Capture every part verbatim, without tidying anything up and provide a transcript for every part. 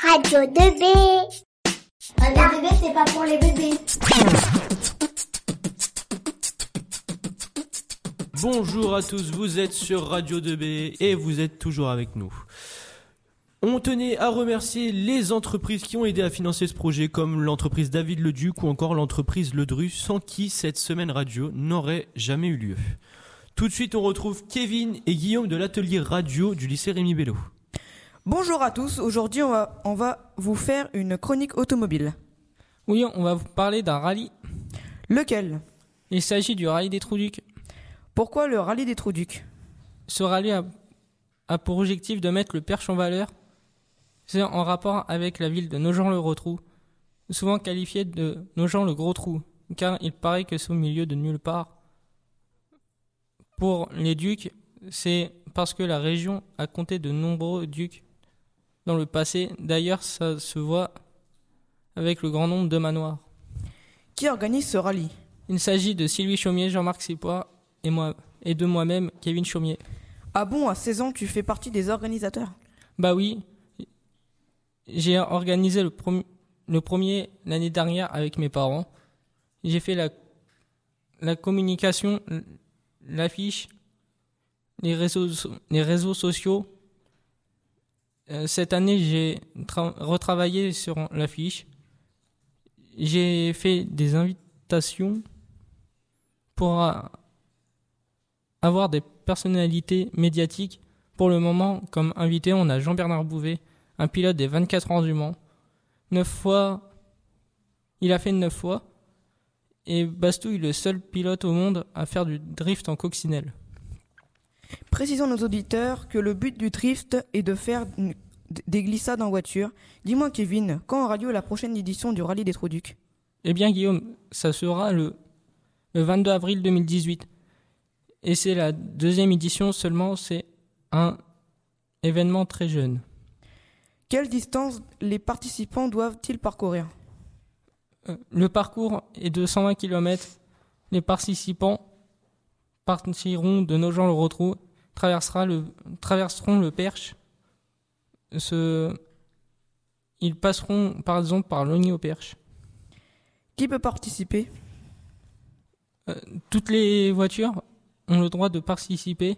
Radio deux B. Radio deux B, c'est pas pour les bébés. Bonjour à tous, vous êtes sur Radio deux B et vous êtes toujours avec nous. On tenait à remercier les entreprises qui ont aidé à financer ce projet, comme l'entreprise David Leduc ou encore l'entreprise Ledru, sans qui cette semaine radio n'aurait jamais eu lieu. Tout de suite, on retrouve Kevin et Guillaume de l'atelier radio du lycée Rémi Bello. Bonjour à tous, aujourd'hui on va, on va vous faire une chronique automobile. Oui, on va vous parler d'un rallye. Lequel ? Il s'agit du rallye des Trous-Ducs. Pourquoi le rallye des Trous-Ducs ? Ce rallye a, a pour objectif de mettre le Perche en valeur. C'est en rapport avec la ville de Nogent-le-Rotrou, souvent qualifiée de Nogent-le-Gros-Trou, car il paraît que c'est au milieu de nulle part. Pour les ducs, c'est parce que la région a compté de nombreux ducs dans le passé. D'ailleurs, ça se voit avec le grand nombre de manoirs. Qui organise ce rallye ? Il s'agit de Sylvie Chaumier, Jean-Marc Sépois et moi, et de moi-même, Kevin Chaumier. Ah bon, à seize ans, tu fais partie des organisateurs ? Bah oui, j'ai organisé le, prom- le premier l'année dernière avec mes parents. J'ai fait la, la communication, l'affiche, les réseaux, les réseaux sociaux. Euh, cette année, j'ai tra- retravaillé sur l'affiche. J'ai fait des invitations pour euh, avoir des personnalités médiatiques. Pour le moment, comme invité, on a Jean-Bernard Bouvet, un pilote des vingt-quatre heures du Mans. Neuf fois, il a fait neuf fois. Et Bastouille, le seul pilote au monde à faire du drift en coccinelle. Précisons nos auditeurs que le but du drift est de faire des glissades en voiture. Dis-moi Kevin, quand aura lieu la prochaine édition du rallye des Trous-Ducs ? Eh bien Guillaume, ça sera le, le vingt-deux avril deux mille dix-huit. Et c'est la deuxième édition seulement, c'est un événement très jeune. Quelle distance les participants doivent-ils parcourir ? Le parcours est de cent vingt kilomètres. Les participants partiront de Nogent-le-Rotrou, traversera le, traverseront le Perche. Ce, ils passeront par exemple par Logny-au-Perche. Qui peut participer ? euh, Toutes les voitures ont le droit de participer.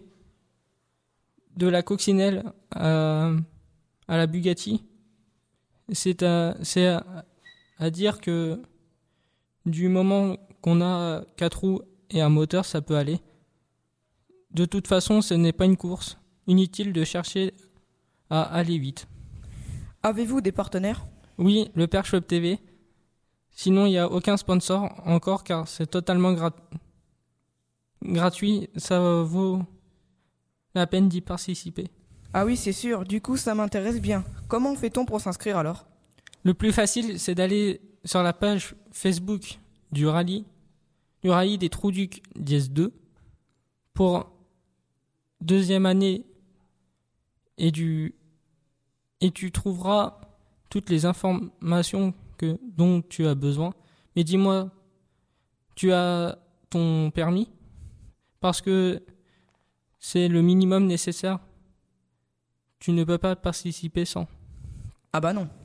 De la coccinelle à, à la Bugatti. C'est à, c'est à, à dire que du moment qu'on a quatre roues et un moteur, ça peut aller. De toute façon, ce n'est pas une course. Inutile de chercher à aller vite. Avez-vous des partenaires ? Oui, le Perche Web T V. Sinon, il n'y a aucun sponsor encore car c'est totalement grat... gratuit. Ça vaut la peine d'y participer. Ah oui, c'est sûr. Du coup, ça m'intéresse bien. Comment fait-on pour s'inscrire alors ? Le plus facile, c'est d'aller sur la page Facebook du rallye, du rallye des Trous-Ducs dièse deux, pour deuxième année, et, du, et tu trouveras toutes les informations que, dont tu as besoin. Mais dis-moi, tu as ton permis ? Parce que c'est le minimum nécessaire. Tu ne peux pas participer sans. Ah bah non.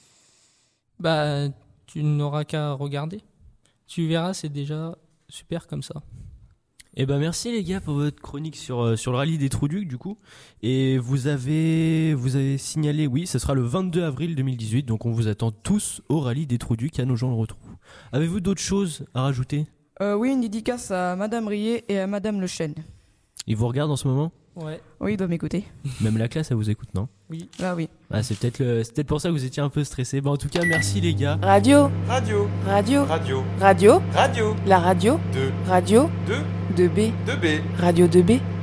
Bah, tu n'auras qu'à regarder. Tu verras, c'est déjà super comme ça. Eh ben merci les gars pour votre chronique sur euh, sur le rallye des Trous-Ducs du coup. Et vous avez vous avez signalé, oui, ce sera le vingt-deux avril deux mille dix-huit, donc on vous attend tous au rallye des Trous-Ducs à Nogent-le-Rotrou. Avez-vous d'autres choses à rajouter ? euh, Oui, une dédicace à Madame Riet et à Madame Le Chêne. Ils vous regardent en ce moment ? Ouais. Oui, ils doivent m'écouter. Même la classe, elle vous écoute, non ? Oui. Ah oui. Ah, c'est peut-être le, c'est peut-être pour ça que vous étiez un peu stressé. Bon, en tout cas, merci les gars. Radio, Radio, radio, radio, radio, radio, la radio, deux, radio, deux, deux B, deux B. radio deux B.